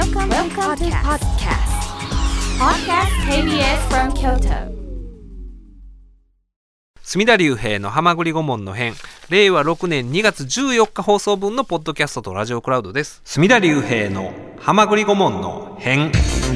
Welcome to podcast. Podcast KBS from Kyoto. 隅田隆平のはまぐり顧問の編、令和6年2月14日放送分のポッドキャストとラジオクラウドです。隅田隆平のはまぐり顧問の編。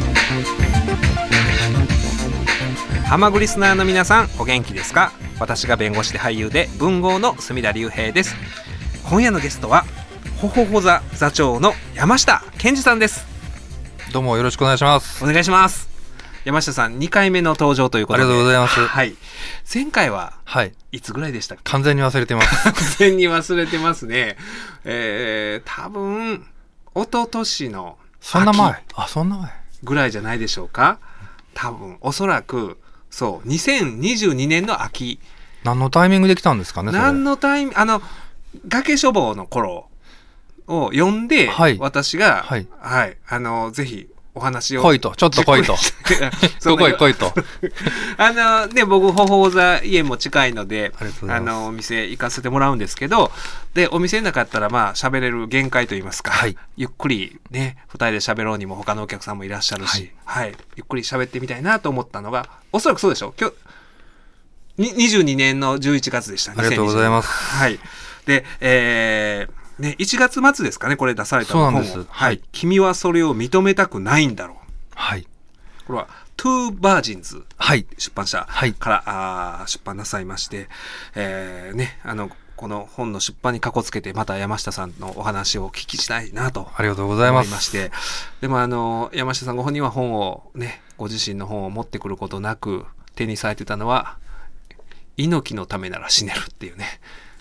はまぐりスナーの皆さん、お元気ですか？私が弁護士で俳優で文豪の隅田隆平です。今夜のゲストはほほほ座座長の山下健二さんです。 どうもよろしくお願いします。 お願いします。山下さん2回目の登場ということで、 ありがとうございます。 はい、前回はいつぐらいでしたっけ？ 完全に忘れてます。 完全に忘れてますね。多分一昨年のそんな前ぐらいじゃないでしょうか。多分おそらくそう2022年の秋。 何のタイミングで来たんですかね。 何のタイミング、崖書房の頃を読んで、はい、私が、はいはい、ぜひお話を来いと、ちょっと来いと来いとで僕ほほ座家も近いのでお店行かせてもらうんですけど、でお店なかったらまあ喋れる限界といいますか、はい、ゆっくりね2人で喋ろうにも他のお客さんもいらっしゃるし、はいはい、ゆっくり喋ってみたいなと思ったのがおそらくそうでしょう。今日22年の11月でした。 ありがとうございます。 はい。で、ね、1月末ですかね、これ出された本を。 そうなんです。 はい。君はそれを認めたくないんだろう。 はい。 これは、Two Virgins 出版社から、 はい、 出版なさいまして、ね、この本の出版にかこつけて、また山下さんのお話をお聞きしたいなと。 ありがとうございます。 思いまして。でも、山下さんご本人は本をね、ご自身の本を持ってくることなく、手にされてたのは、猪木のためなら死ねるっていうね。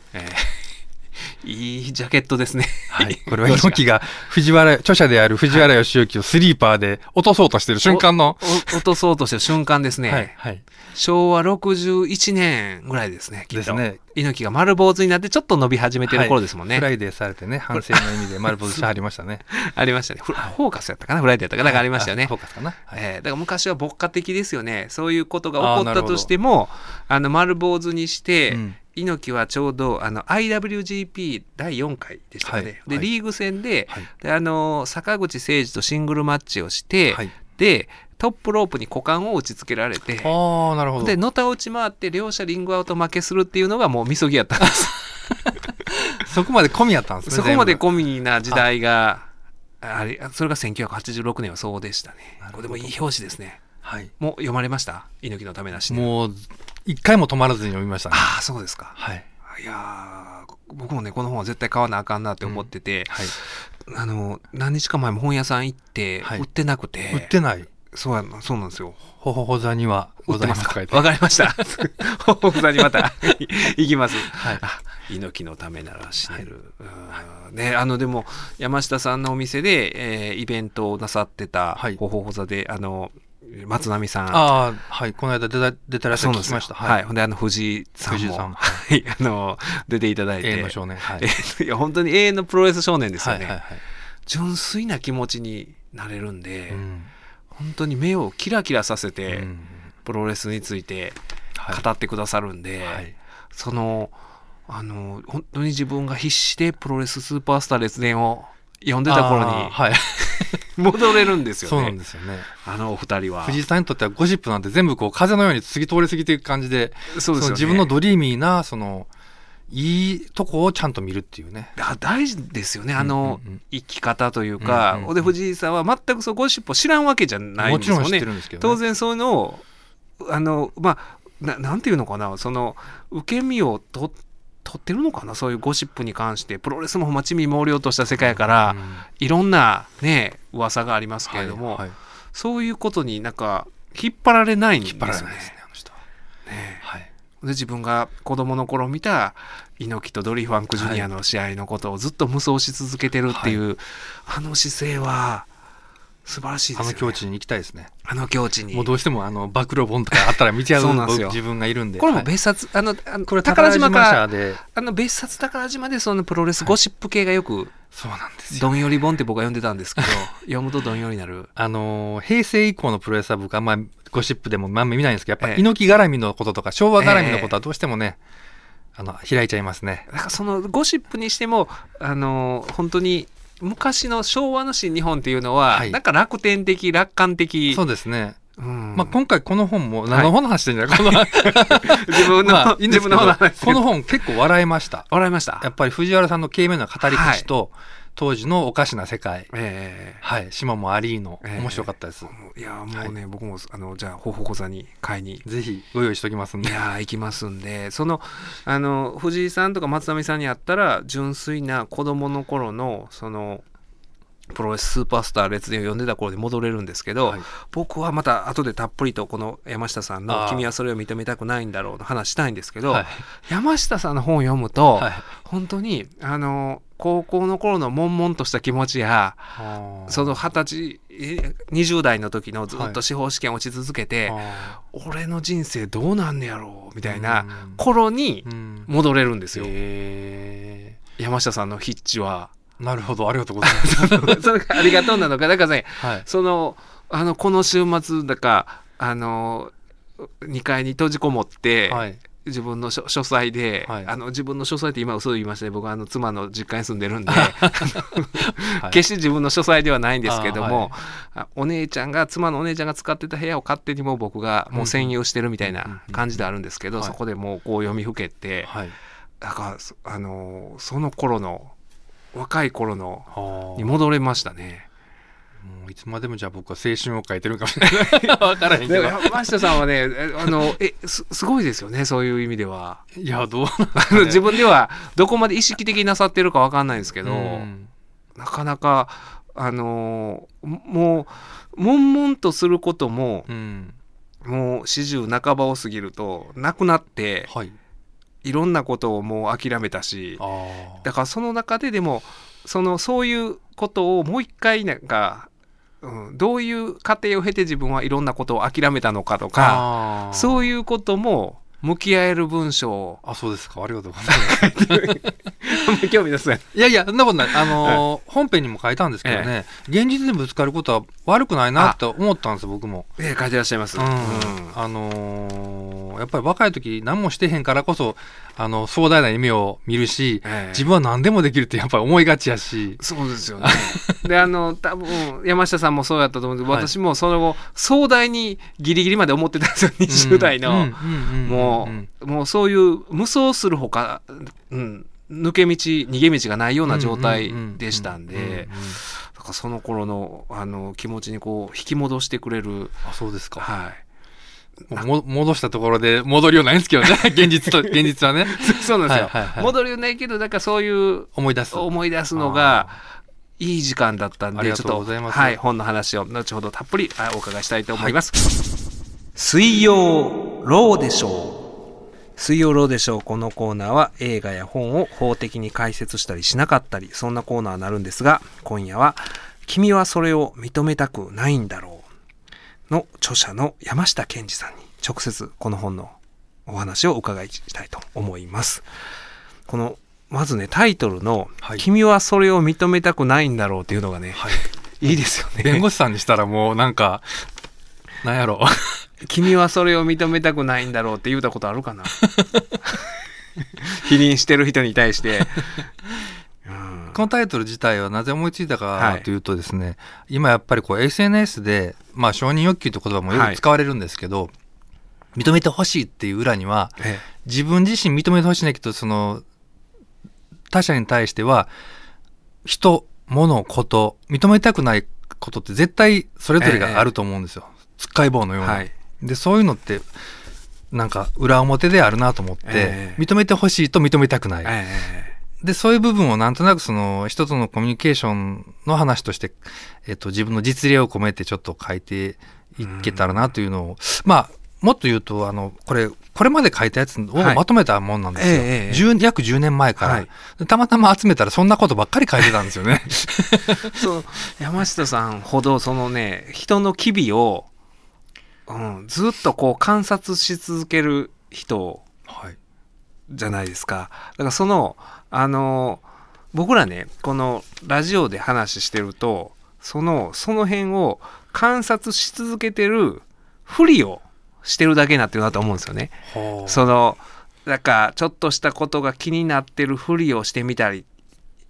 いいジャケットですね。 はい。これは猪木が著者である藤原義行をスリーパーで落とそうとしている瞬間の。 落とそうとしている瞬間ですね。 はいはい。 昭和61年ぐらいですね。きっとですね。 猪木が丸坊主になってちょっと伸び始めてる頃ですもんね。 フライデーされてね、反省の意味で丸坊主してありましたね。 ありましたね。フォーカスやったかな、フライデーやったかな、なんかありましたよね。 フォーカスかな。 だから昔は牧歌的ですよね。そういうことが起こったとしても、丸坊主にして、猪木はちょうどIWGP 第4回でしたね、はい、でリーグ戦で、はい、で坂口誠二とシングルマッチをして、はい、でトップロープに股間を打ち付けられて、 なるほど。 でのたを打ち回って両者リングアウト負けするっていうのがもうみそぎやったんですそこまで込みやったんですね。 そこまで込みな時代がそれが1986年はそうでしたね。これでもいい表紙ですね。はい、もう読まれました？猪木のためなし。 もう一回も止まらずに読みましたね。 ああ、そうですか。 はい。 いや僕もねこの本は絶対買わなあかんなって思ってて、はい、何日か前も本屋さん行って、売ってなくて。 売ってない。 そうなんですよ。 ほほほ座には売ってますか？わかりました。ほほほ座にまた行きます。はい。猪木のためなら死ねる。はい、ね、でも山下さんのお店で、イベントをなさってたほほほ座で松並さん。 はい。この間出たらっしゃい聞きました。 はい。ほんで、藤井さんも、はい。出ていただいて。 永遠の少年。はい。 いや、本当に永遠のプロレス少年ですよね。はいはいはい。純粋な気持ちになれるんで、本当に目をキラキラさせて、プロレスについて語ってくださるんで、はい、本当に自分が必死でプロレススーパースター列伝を読んでた頃に、はい、戻れるんですよね。 そうなんですよね。 お二人は。 藤井さんにとってはゴシップなんて全部こう風のように通り過ぎていく感じで、そうですよね、自分のドリーミーないいとこをちゃんと見るっていうね。 大事ですよね。生き方というか、で藤井さんは全くゴシップを知らんわけじゃないんですよね。 もちろん知ってるんですけど、ね、 当然そういうのをなんていうのかな、受け身を取ってるのかな、そういうゴシップに関して。プロレスもほんま地味猛量とした世界から、いろんなね噂がありますけれども、はいはい、そういうことになんか引っ張られないんですよね。 引っ張られないですね、あの人は。 ね、はい。で自分が子供の頃見た猪木とドリー・ファンク・ジュニアの試合のことをずっと無双し続けてるっていう、はい、姿勢は素晴らしいですよね。 境地に行きたいですね。 境地に。 もうどうしても暴露本とかあったら見ちゃう自分がいるんで。 これも別冊、 これ宝島社で別冊宝島でそのプロレスゴシップ系がよく、はい、 そうなんですよ、 どんより本って僕は読んでたんですけど読むとどんよりになる。 平成以降のプロレスは僕はゴシップでも見ないんですけど、やっぱ猪木絡みのこととか昭和絡みのことはどうしてもね、開いちゃいますね。 だからゴシップにしても本当に昔の昭和の新日本っていうのは、 はい、 なんか楽天的楽観的。 そうですね。 うん、 まあ、今回この本も何の本の話してんじゃない、この自分の、まあ、いいんですけど、この本結構笑いました。 笑いました。 やっぱり藤原さんの軽妙な語り口と、当時のおかしな世界、はい、島もアリーノ、面白かったです。 いやもうね、僕もじゃあほほこ座に買いにぜひご用意しておきますんで。 いや行きますんで、藤井さんとか松並さんに会ったら純粋な子供の頃のそのプロレススーパースター列伝を読んでた頃で戻れるんですけど、僕はまた後でたっぷりとこの山下さんの「君はそれを認めたくないんだろう」の話したいんですけど、山下さんの本を読むと、本当に高校の頃の悶々とした気持ちや、その20歳20代の時のずっと司法試験落ち続けて、俺の人生どうなんねやろうみたいな頃に戻れるんですよ、山下さんの筆致は。 なるほど、ありがとうございますそれがありがとうなのか、だからね、この週末だか2階に閉じこもって、自分の書斎で、自分の書斎って今嘘言いましたね、僕は妻の実家に住んでるんで決して自分の書斎ではないんですけども、妻のお姉ちゃんが使ってた部屋を勝手にもう僕がもう占有してるみたいな感じであるんですけど、そこでもうこう読みふけて、だからその頃の若い頃のに戻れましたね。 もういつまでもじゃあ僕は青春を書いてるかもしれない分からへんけど、 山下さんはねすごいですよね、そういう意味では。 いや、どうなん自分ではどこまで意識的になさってるか分かんないんですけど、なかなかもう悶々とすることも、もう40半ばを過ぎるとなくなって、いろんなことをもう諦めたし、だからその中ででもそういうことをもう一回なんか、どういう過程を経て自分はいろんなことを諦めたのかとか、そういうことも向き合える文章を。 そうですか、ありがとうございます興味ですね。 いやそんなことない。本編にも書いたんですけどね、現実にぶつかることは悪くないなと思ったんですよ、僕も。 書いてらっしゃいます。 やっぱり若い時何もしてへんからこそ壮大な夢を見るし、自分は何でもできるってやっぱり思いがちやし。 そうですよね。で多分山下さんもそうやったと思うんですけど、私もその後壮大にギリギリまで思ってたんですよ、20代の。もうそういう無双するほか、抜け道逃げ道がないような状態でしたんで、だからその頃の気持ちにこう引き戻してくれる。 そうですか。戻したところで戻りようないんですけどね現実はねそうなんですよ、戻りようないけど、だからそういう思い出すのがいい時間だったんで、ちょっと本の話を後ほどたっぷりお伺いしたいと思います。水曜ローでしょう。水曜ローでしょう。このコーナーは映画や本を法的に解説したりしなかったり、そんなコーナーになるんですが、今夜は君はそれを認めたくないんだろうの著者の山下健二さんに直接この本のお話をお伺いしたいと思います。まずね、タイトルの君はそれを認めたくないんだろうっていうのがね、いいですよね。 弁護士さんにしたらもうなんかなんやろ君はそれを認めたくないんだろうって言ったことあるかな否認してる人に対してこのタイトル自体はなぜ思いついたかというとですね、今やっぱりSNS で、承認欲求という言葉もよく使われるんですけど、認めてほしいっていう裏には、自分自身認めてほしいんだけど、他者に対しては人、物、こと認めたくないことって絶対それぞれがあると思うんですよ、つっかい棒のように、でそういうのってなんか裏表であるなと思って、認めてほしいと認めたくない、でそういう部分をなんとなく一つのコミュニケーションの話として、自分の実例を込めてちょっと書いていけたらなというのを、もっと言うとこれまで書いたやつをまとめたもんなんですよ、約10年前から、たまたま集めたらそんなことばっかり書いてたんですよねそう、山下さんほど人の機微を、ずっとこう観察し続ける人じゃないですか。だから僕らね、このラジオで話してるとその辺を観察し続けてるふりをしてるだけになってるなと思うんですよね。なんかちょっとしたことが気になってるふりをしてみたり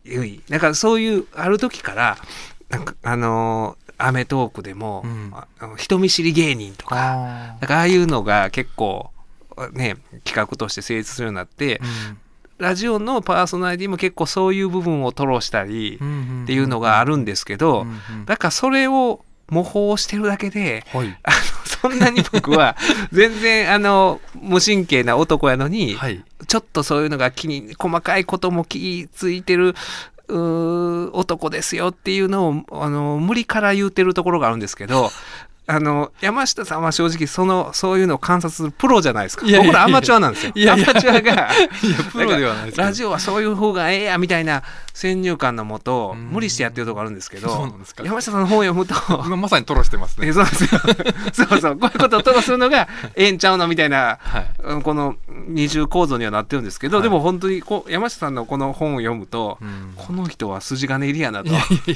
だからそういうある時からなんかアメトークでも、人見知り芸人とかなんかああいうのが結構ね企画として成立するようになって、ラジオのパーソナリティも結構そういう部分を吐露したりっていうのがあるんですけど、だからそれを模倣してるだけで、そんなに僕は全然無神経な男やのに、ちょっとそういうのが細かいことも気ついてる男ですよっていうのを無理から言うてるところがあるんですけど、山下さんは正直そういうのを観察するプロじゃないですか。僕らアマチュアなんですよ。アマチュアがプロではないですけど、 ラジオはそういう方がええやみたいな先入観のもと無理してやってるところあるんですけど、山下さんの本を読むと今まさにトロしてますね。 そうですよ。そうこういうことをトロするのがええんちゃうのみたいな、この二重構造にはなってるんですけど、でも本当に山下さんのこの本を読むと、この人は筋金入りやなと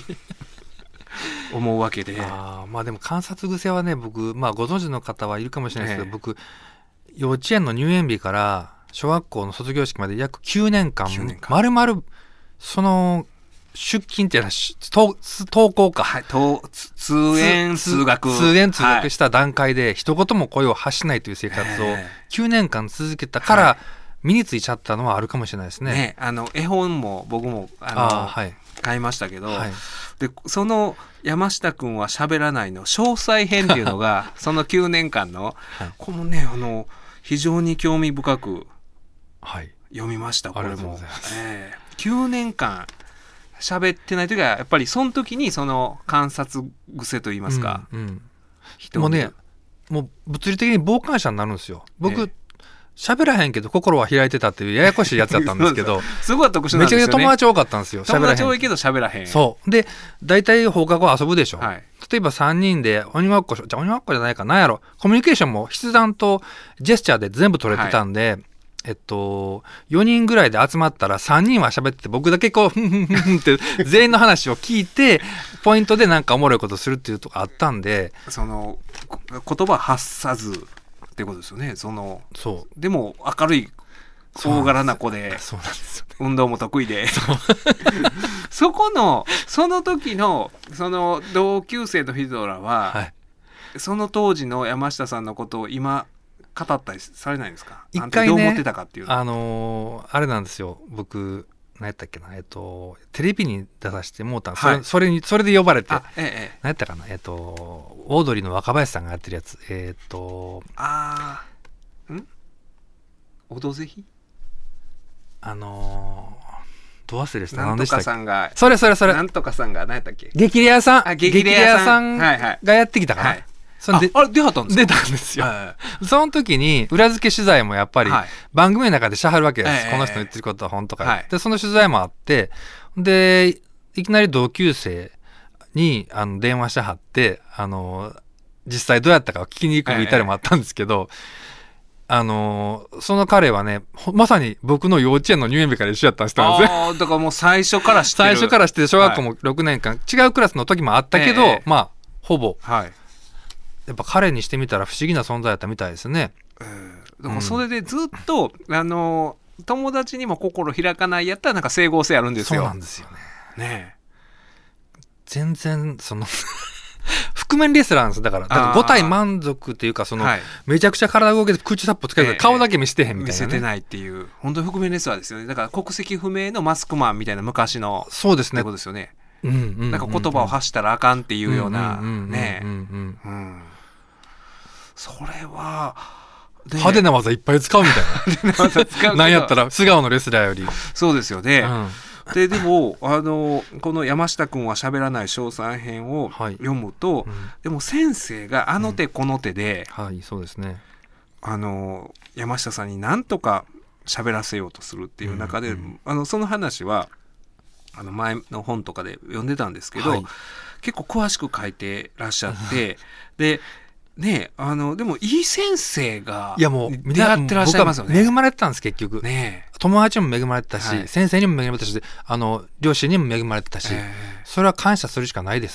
思うわけで。 まあでも観察癖はね、僕、ご存知の方はいるかもしれないですけど、僕幼稚園の入園日から小学校の卒業式まで約9年間丸々その出勤っていうのは登校か、 通園通学した段階で一言も声を発しないという生活を9年間続けたから身についちゃったのはあるかもしれないですね。 絵本も僕も買いましたけど、でその山下くんは喋らないの詳細編っていうのがその9年間の、このね非常に興味深く読みました。これも、9年間喋ってない時はやっぱりその時にその観察癖といいますか、 もうね、もう物理的に傍観者になるんですよ。僕、喋らへんけど心は開いてたっていうややこしいやつだったんですけどすごい特殊なんですよね。 めちゃくちゃ友達多かったんですよ。 友達多いけど喋らへん。 そうで大体放課後遊ぶでしょ、例えば3人で鬼ごっこ鬼ごっこじゃないかなんやろ、コミュニケーションも筆談とジェスチャーで全部取れてたんで、4人ぐらいで集まったら3人は喋ってて、僕だけこうふんふんふんふんって全員の話を聞いてポイントでなんかおもろいことするっていうとこあったんで、 その言葉発さずってことですよね。でも明るい大柄な子で運動も得意でその時のその同級生の人らは、その当時の山下さんのことを今語ったりされないんですか？ 一回ね、 どう思ってたかっていうあれなんですよ。僕何やったっけな、テレビに出させてもうたん、それで呼ばれて、何やったかな、オードリーの若林さんがやってるやつ、 オドぜひど忘れした。 なんとかさんがそれなんとかさんが何やったっけ、 激レアさんがやってきたかな、 あれ出はったんですか？ 出たんですよ、その時に裏付け取材もやっぱり番組の中でしゃはるわけです、この人の言ってることは本とか、でその取材もあって、でいきなり同級生に電話してはって、実際どうやったかを聞きに行くみたいなのもあったんですけど、その彼はね、まさに僕の幼稚園の入園日から一緒やった人なんですね。 だからもう最初から知ってる。 最初から知って、小学校も6年間、違うクラスの時もあったけど、ほぼ、やっぱ彼にしてみたら不思議な存在だったみたいですね。 だからそれでずっと、友達にも心開かないやったらなんか整合性あるんですよ。 そうなんですよね。全然覆面レスラーなんです。だから5体満足っていうか、めちゃくちゃ体動けて口サップつけて顔だけ見せてへんみたいな、 見せてないっていう、本当に覆面レスラーですよね。だから国籍不明のマスクマンみたいな昔の、 そうですね、 ってことですよね。なんか言葉を発したらあかんっていうようなね。それは派手な技いっぱい使うみたいな。なんやったら素顔のレスラーより。 そうですよね。でもこの山下くんは喋らない詳細編を読むと、でも先生があの手この手で、 そうですね、 山下さんに何とか喋らせようとするっていう中で、その話は前の本とかで読んでたんですけど、結構詳しく書いてらっしゃってでね、でもいい先生が出会ってらっしゃいますよね。 恵まれてたんです結局。友達にも恵まれてたし、先生にも恵まれてたし、両親にも恵まれてたし、それは感謝するしかないです。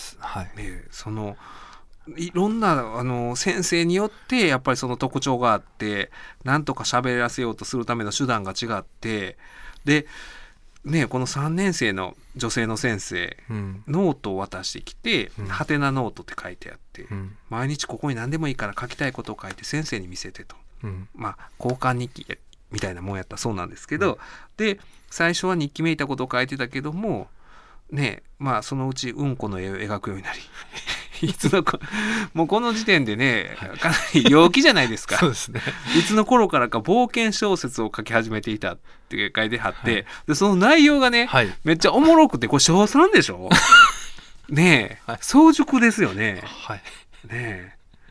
いろんな先生によってやっぱりその特徴があって、なんとか喋らせようとするための手段が違って、でね、この3年生の女性の先生、ノートを渡してきて、はてなノートって書いてあって、毎日ここに何でもいいから書きたいことを書いて先生に見せてと、まあ交換日記みたいなもんやったそうなんですけど、で最初は日記めいたことを書いてたけどもね、まあそのうちうんこの絵を描くようになりいつのもうこの時点でね、かなり陽気じゃないですか。 そうですね。 いつの頃からか冒険小説を書き始めていたって書いてはって、でその内容がね、めっちゃおもろくて、これ小3でしょねえ、早熟ですよね。ね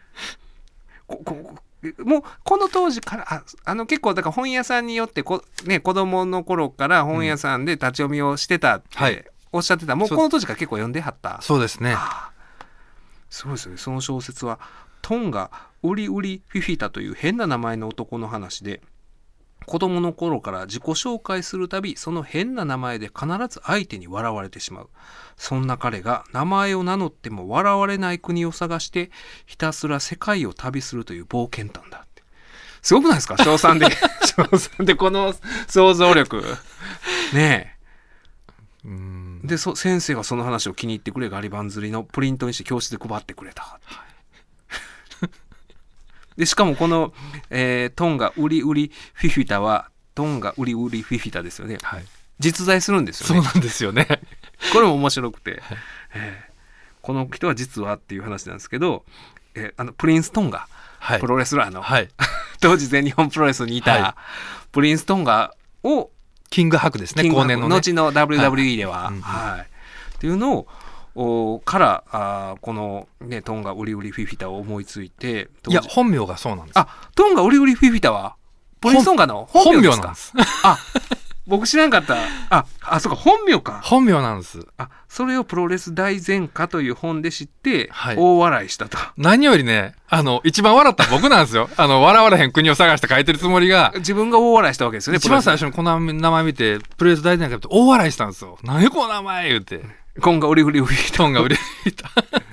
え、もうこの当時から結構だから本屋さんによってね、子供の頃から本屋さんで立ち読みをしてたっておっしゃってた、もうこの当時から結構読んではった。 そうですね。 そうですよね。その小説はトンガウリウリフィフィタという変な名前の男の話で、子供の頃から自己紹介するたびその変な名前で必ず相手に笑われてしまう。そんな彼が名前を名乗っても笑われない国を探してひたすら世界を旅するという冒険探だって。すごくないですか、小3で小3でこの想像力ねえ。で先生がその話を気に入ってくれ、ガリバン釣りのプリントにして教室で配ってくれた、でしかもこの、トンガウリウリフィフィタはトンガウリウリフィフィタですよね、実在するんですよね。 そうなんですよね。 これも面白くて、この人は実はっていう話なんですけど、プリンストンガ、プロレスラーの、当時全日本プロレスにいた、プリンストンガをキングハクですね、後年のね、 後の WWE では、っていうのをからこの、ね、トンガウリウリフィフィタを思いついて、 いや本名がそうなんです。 トンガウリウリフィフィタはプリンストンガの本名ですか。僕知らんかった。そうか、本名か。 本名なんです。 それをプロレス大全化という本で知って、大笑いしたと。 何よりね、一番笑った僕なんですよ。笑われへん国を探して書いてるつもりが。 自分が大笑いしたわけですよね。 一番最初にこの名前見て、プロレス大全化って大笑いしたんですよ。何この名前言うて。 トンガウリウリフィフィタ。 トンガウリウリフィフィタ。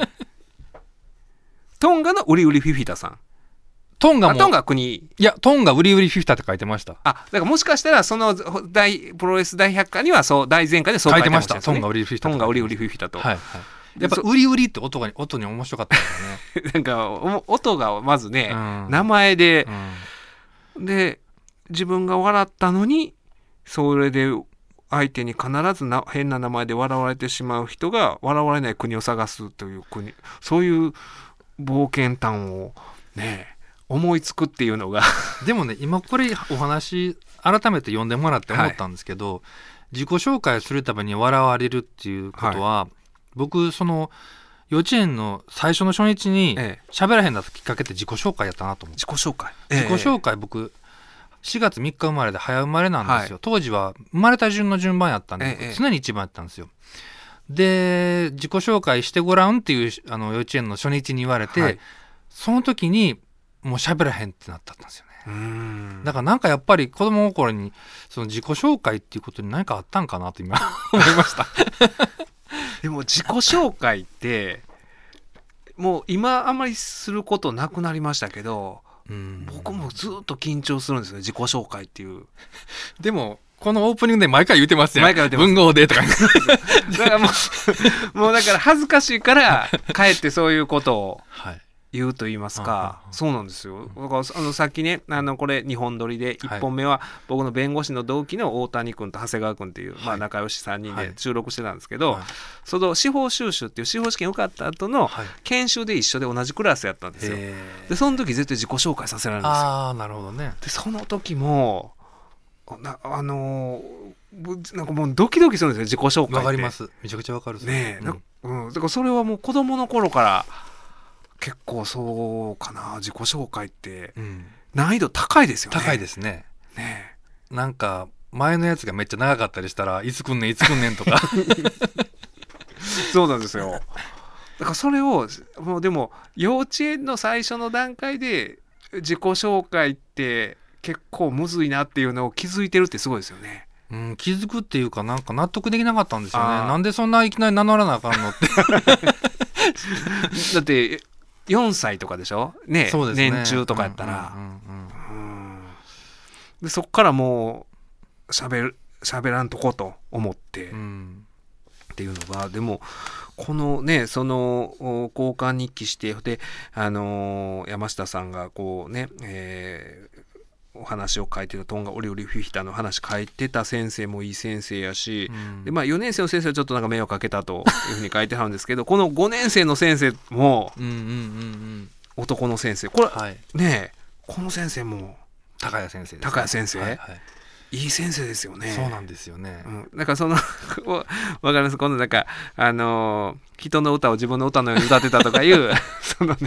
トンガのウリウリフィフィタさん。 トンガも。 トンガ国。 いや、トンガウリウリフィフィタって書いてました。 だからもしかしたら、そのプロレス大百科には、大前科でそう書いてました。 トンガウリウリフィフィタ。 トンガウリウリフィフィタと。 やっぱウリウリって音に面白かったですね。なんか、音がまずね、名前で、で、自分が笑ったのに、それで相手に必ず変な名前で笑われてしまう人が笑われない国を探すという国、そういう冒険探をね、思いつくっていうのがでもね、今これお話改めて読んでもらって思ったんですけど、自己紹介するために笑われるっていうことは、僕その幼稚園の最初の初日に喋らへんだったきっかけって自己紹介やったなと思って。 自己紹介、 自己紹介、僕4月3日生まれで早生まれなんですよ、当時は生まれた順の順番やったんで、常に一番やったんですよ。で自己紹介してごらんっていう幼稚園の初日に言われて、その時にもう喋らへんってなったんですよね。だからなんかやっぱり子供心にその自己紹介っていうことに何かあったんかなと今思いましたでも自己紹介ってもう今あんまりすることなくなりましたけど、僕もずっと緊張するんですよね、自己紹介っていう。 でもこのオープニングで毎回言ってますよ。 毎回言ってます。 文豪でとかだからもうだから恥ずかしいからかえってそういうことを言うと言いますか、そうなんですよ。だからさっきね、これ2本撮りで1本目は僕の弁護士の同期の大谷君と長谷川君っていう、仲良し3人で収録してたんですけど、その司法修習っていう司法試験受かった後の研修で一緒で同じクラスやったんですよ。でその時絶対自己紹介させられるんですよ。 なるほどね。 でその時もなんかもうドキドキするんですよ、自己紹介って。 わかります、めちゃくちゃわかるね。だからそれはもう子供の頃から結構そうかな、自己紹介って難易度高いですよね。 高いですね。なんか前のやつがめっちゃ長かったりしたらいつ来んねんいつ来んねんとかそうなんですよ。だからそれをもうでも幼稚園の最初の段階で自己紹介って結構むずいなっていうのを気づいてるってすごいですよね。 気づくっていうかなんか納得できなかったんですよね。なんでそんないきなり名乗らなあかんのってだって4歳とかでしょ、ね、年中とかやったら、でそっからもう喋喋らんとこと思って、っていうのが、でもこのねその交換日記してで、山下さんがこうね、お話を書いてたトンガオリオリフィヒタの話書いてた先生もいい先生やし、で4年生の先生はちょっとなんか迷惑かけたというふうに書いてはるんですけどこの5年生の先生も男の先生これ、ねこの先生も高谷先生です、 高谷先生、いい先生ですよね。 そうなんですよね。 なんかそのわかります。今度なんか人の歌を自分の歌のように歌ってたとかいうそのね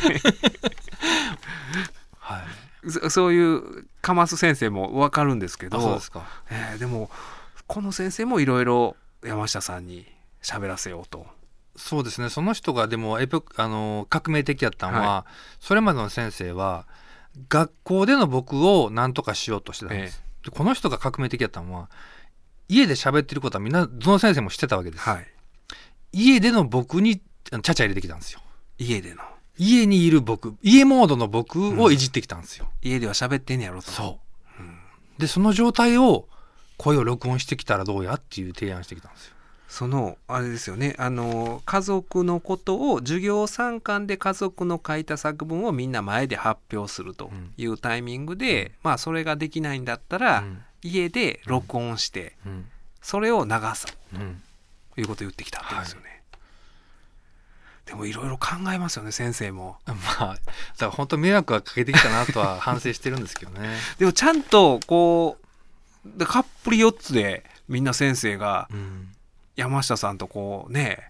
そういうかます先生も分かるんですけど、 そうですか。 でもこの先生もいろいろ山下さんに喋らせようと。 そうですね。その人がでも革命的やったのは、それまでの先生は学校での僕を何とかしようとしてたんです。でこの人が革命的やったのは家で喋ってることはみんなどの先生も知ってたわけです。家での僕にちゃちゃ入れてきたんですよ。家にいる僕、家モードの僕をいじってきたんですよ。 家では喋ってんやろと。 そう、でその状態を声を録音してきたらどうやっていう提案してきたんですよ。 そのあれですよね、家族のことを授業参観で家族の書いた作文をみんな前で発表するというタイミングで、まあそれができないんだったら、家で録音して、それを流すということを言ってきたんですよね。でもいろいろ考えますよね先生も。 まあだから本当迷惑はかけてきたなとは反省してるんですけどねでもちゃんとこうカップリ4つでみんな先生が、山下さんとこうね、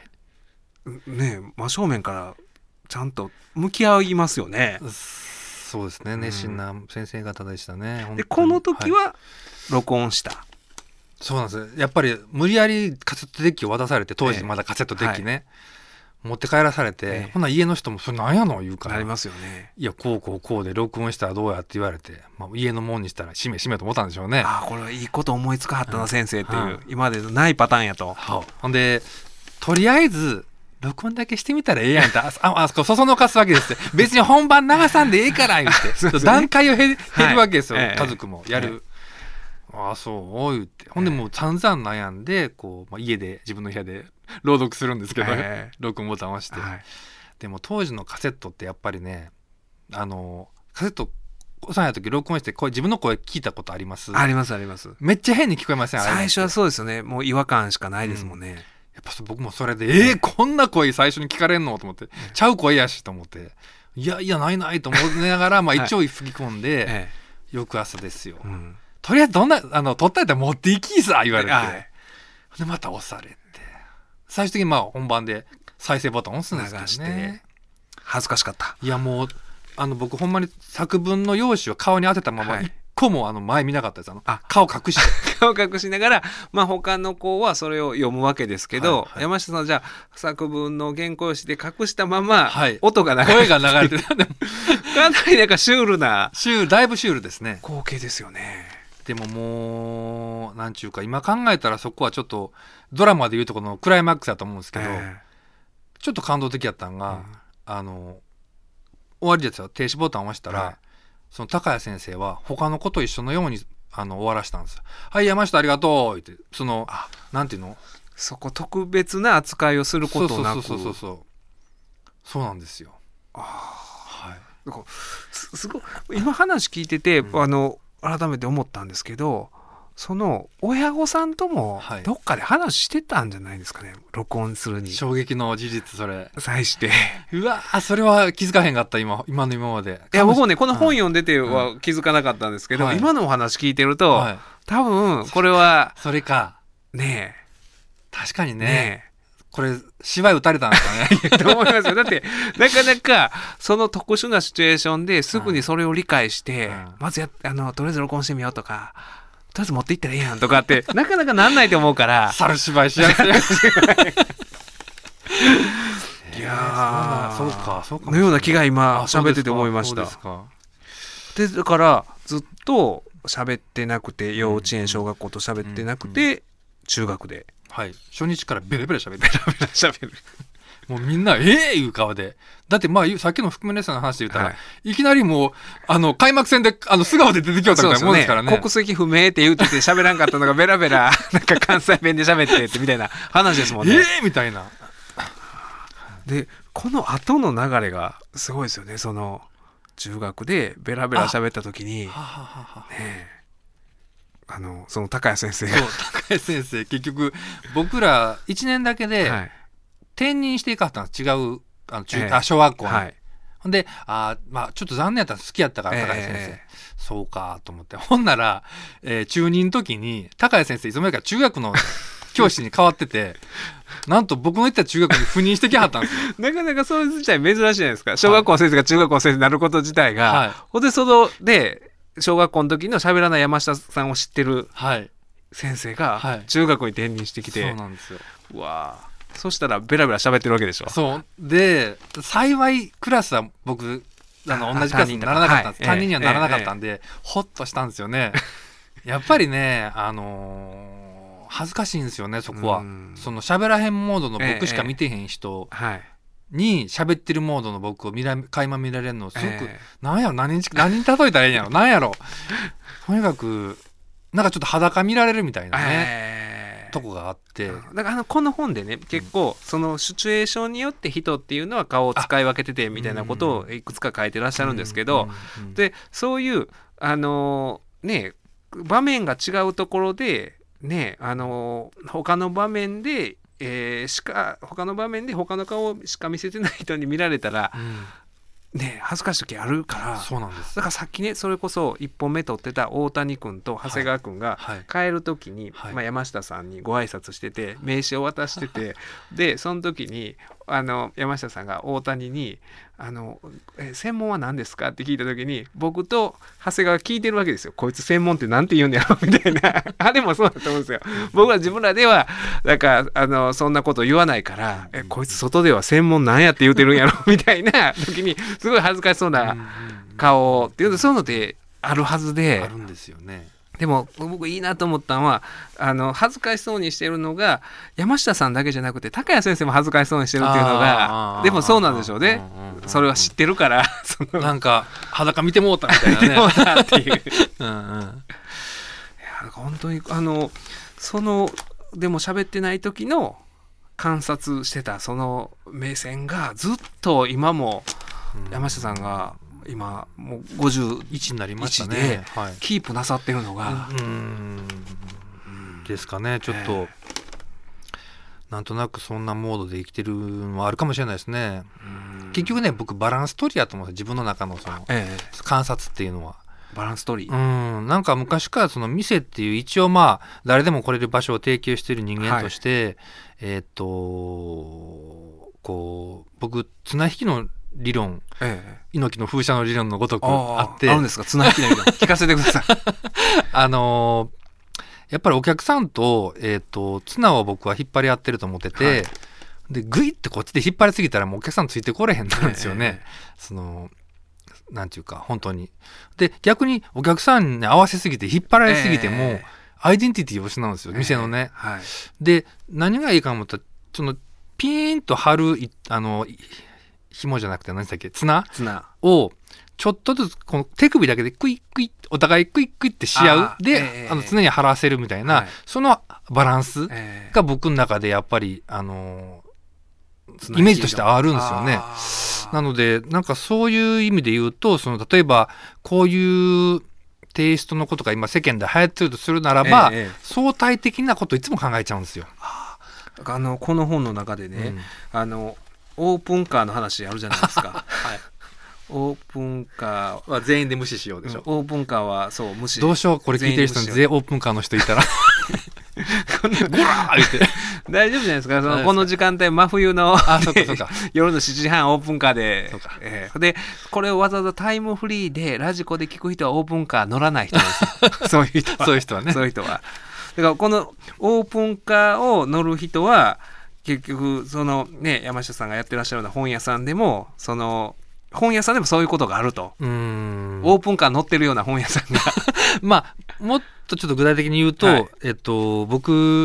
真正面からちゃんと向き合いますよね。 そうですね、熱心な先生方でしたね。 でこの時は録音した、 そうなんです。やっぱり無理やりカセットデッキを渡されて、当時まだカセットデッキね、持って帰らされて、ほな家の人もそれなんやの言うから、 なりますよね。 いやこうこうこうで録音したらどうやって言われて、家のもんにしたら閉めと思ったんでしょうね。 これはいいこと思いつかはったな、先生っていう、今までないパターンやと。 ほんでとりあえず録音だけしてみたらええやんってあそこそそのかすわけですって別に本番流さんでええから言って段階を経るわけですよ、家族もやる、そう言って、ほんでもう散々悩んでこう、家で自分の部屋で朗読するんですけど、録音ボタンを押して、でも当時のカセットってやっぱりね、カセット幼い時録音して自分の声聞いたことあります？ ありますあります。 めっちゃ変に聞こえません？ 最初はそうですよね。もう違和感しかないですもんね。 やっぱ僕もそれでこんな声最初に聞かれんのと思って、ちゃう声やしと思って、いやないと思いながら一応吹き込んで、翌朝ですよ、とりあえずどんな撮ったやったら持っていきさ言われて、でまた押されて最終的に本番で再生ボタン押すんですけどね。 恥ずかしかった。 いやもう僕ほんまに作文の用紙を顔に当てたまま一個も前見なかったです。顔隠して顔隠しながら、他の子はそれを読むわけですけど、山下さんじゃあ作文の原稿用紙で隠したまま、音が声が流れてたかなりなんかシュールなだいぶシュールですね。 光景ですよね。 でももうなんちゅうか今考えたらそこはちょっとドラマでいうとこのクライマックスだと思うんですけど、ちょっと感動的やったんが、終わりですよ。停止ボタンを押したら、その高谷先生は他の子と一緒のように終わらしたんですよ。はい山下ありがとうって、なんていうの、 そこ特別な扱いをすることなく、 そうなんですよ。 すごい今話聞いてて、改めて思ったんですけど、その親御さんともどっかで話してたんじゃないですかね、録音するに。 衝撃の事実それ際してうわそれは気づかへんかった。今まで。 いや僕もねこの本読んでては気づかなかったんですけど、今のお話聞いてると、多分これはそれかねえ、 確かにねこれ芝居打たれたんですかねと思いますよ。だってなかなかその特殊なシチュエーションですぐにそれを理解して、まずとりあえず録音してみようとか、とりあえず持っていったらいいやんとかってなかなかなんないと思うから猿芝居しやすいいやそうかのような気が今喋ってて思いました。でだからずっと喋ってなくて、幼稚園小学校と喋ってなくて、中学で初日からベラベラ喋るもうみんないう顔で。だってまあさっきの覆面レスラーの話で言ったら、はい、いきなりもう開幕戦で素顔で出てきよったみたいなもんですからね。 国籍不明って言うてて喋らんかったのがベラベラなんか関西弁で喋ってってみたいな話ですもんね。 みたいな。 でこの後の流れがすごいですよね。その中学でベラベラ喋った時にねその高谷先生が高谷先生結局僕ら1年だけで転任していかはったんです。違う小学校に、はい、ほんでまあちょっと残念やったら好きやったから高谷先生、そうかと思って、ほんなら、中2の時に高谷先生いつの間にか中学の教師に変わっててなんと僕の行った中学に赴任してきはったんですよ。 なかなかそういう自体珍しいじゃないですか。小学校の先生が中学校の先生になること自体が、はい、ほんでそので小学校の時の喋らない山下さんを知ってる先生が中学に転任してきて、 そうなんですよ。 うわそしたらベラベラ喋ってるわけでしょ。 そうで幸いクラスは僕同じクラスにならなかったんです。担任にはならなかったんで、ホッとしたんですよね。やっぱりね恥ずかしいんですよねそこは。その喋らへんモードの僕しか見てへん人に喋ってるモードの僕を垣間見られるのすごく、何やろ何に例えたらいいんやろ何やろとにかくなんかちょっと裸見られるみたいなね、とこがあって、 だからこの本でね結構そのシチュエーションによって人っていうのは顔を使い分けててみたいなことをいくつか書いてらっしゃるんですけど、でそういうね場面が違うところでね他の場面で他の場面で他の顔しか見せてない人に見られたら、ね恥ずかしい時あるから。 そうなんです。 だからさっきねそれこそ1本目撮ってた大谷君と長谷川君が帰る時に、山下さんにご挨拶してて名刺を渡しててでその時に山下さんが大谷に専門は何ですかって聞いた時に僕と長谷川聞いてるわけですよ。こいつ専門ってなんて言うんだろうみたいなあれもそうだと思うんですよ。僕は自分らではなんかそんなこと言わないからこいつ外では専門なんやって言うてるんやろみたいな時にすごい恥ずかしそうな顔っていうそういうのってあるはずで。 あるんですよね。 でも僕いいなと思ったのは恥ずかしそうにしてるのが山下さんだけじゃなくて高谷先生も恥ずかしそうにしてるっていうのがでもそうなんでしょうね。それは知ってるからなんか裸見てもうたみたいなね見てもうたっていういや本当にでも喋ってない時の観察してたその目線がずっと今も山下さんが今もう51になりましたね、キープなさってるのがですかね。ちょっと、なんとなくそんなモードで生きてるのはあるかもしれないですね。結局ね僕バランス取りやと思うんですよ。自分の中のその、観察っていうのはバランス取りなんか昔からその店っていう一応まあ誰でも来れる場所を提供している人間として、こう僕綱引きの理論、猪木の風車の理論のごとくあってあるんですか。綱引きの理論聞かせてください。 やっぱりお客さんと、綱を僕は引っ張り合ってると思ってて、でグイッてこっちで引っ張りすぎたらもうお客さんついてこれへんなんですよね。そのなんていうか本当に。で逆にお客さんに合わせすぎて引っ張られすぎても、アイデンティティを失うんですよ、店のね。で何がいいかと思ったらそのピーンと張る紐じゃなくて何でしたっけ綱をちょっとずつこの手首だけでクイックイッお互いクイックイッってし合うで、常に張らせるみたいな、そのバランスが僕の中でやっぱりイメージとしてあるんですよね。なのでなんかそういう意味で言うとその例えばこういうテイストのことが今世間で流行ってるとするならば、相対的なことをいつも考えちゃうんですよ。 この本の中でね、オープンカーの話あるじゃないですか。オープンカーは全員で無視しようでしょ。 オープンカーはそう無視。 どうしようこれ聞いてる人に全員オープンカーの人いたらゴラー言って大丈夫じゃないですか。この時間帯真冬の夜の7時半オープンカーで、でこれをわざわざタイムフリーでラジコで聞く人はオープンカー乗らない人ですそういう人はね。そういう人はだからこのオープンカーを乗る人は結局そのね山下さんがやってらっしゃるような本屋さんでも本屋さんでもそういうことがあると。オープンカー乗ってるような本屋さんがまあもっとちょっと具体的に言うと、僕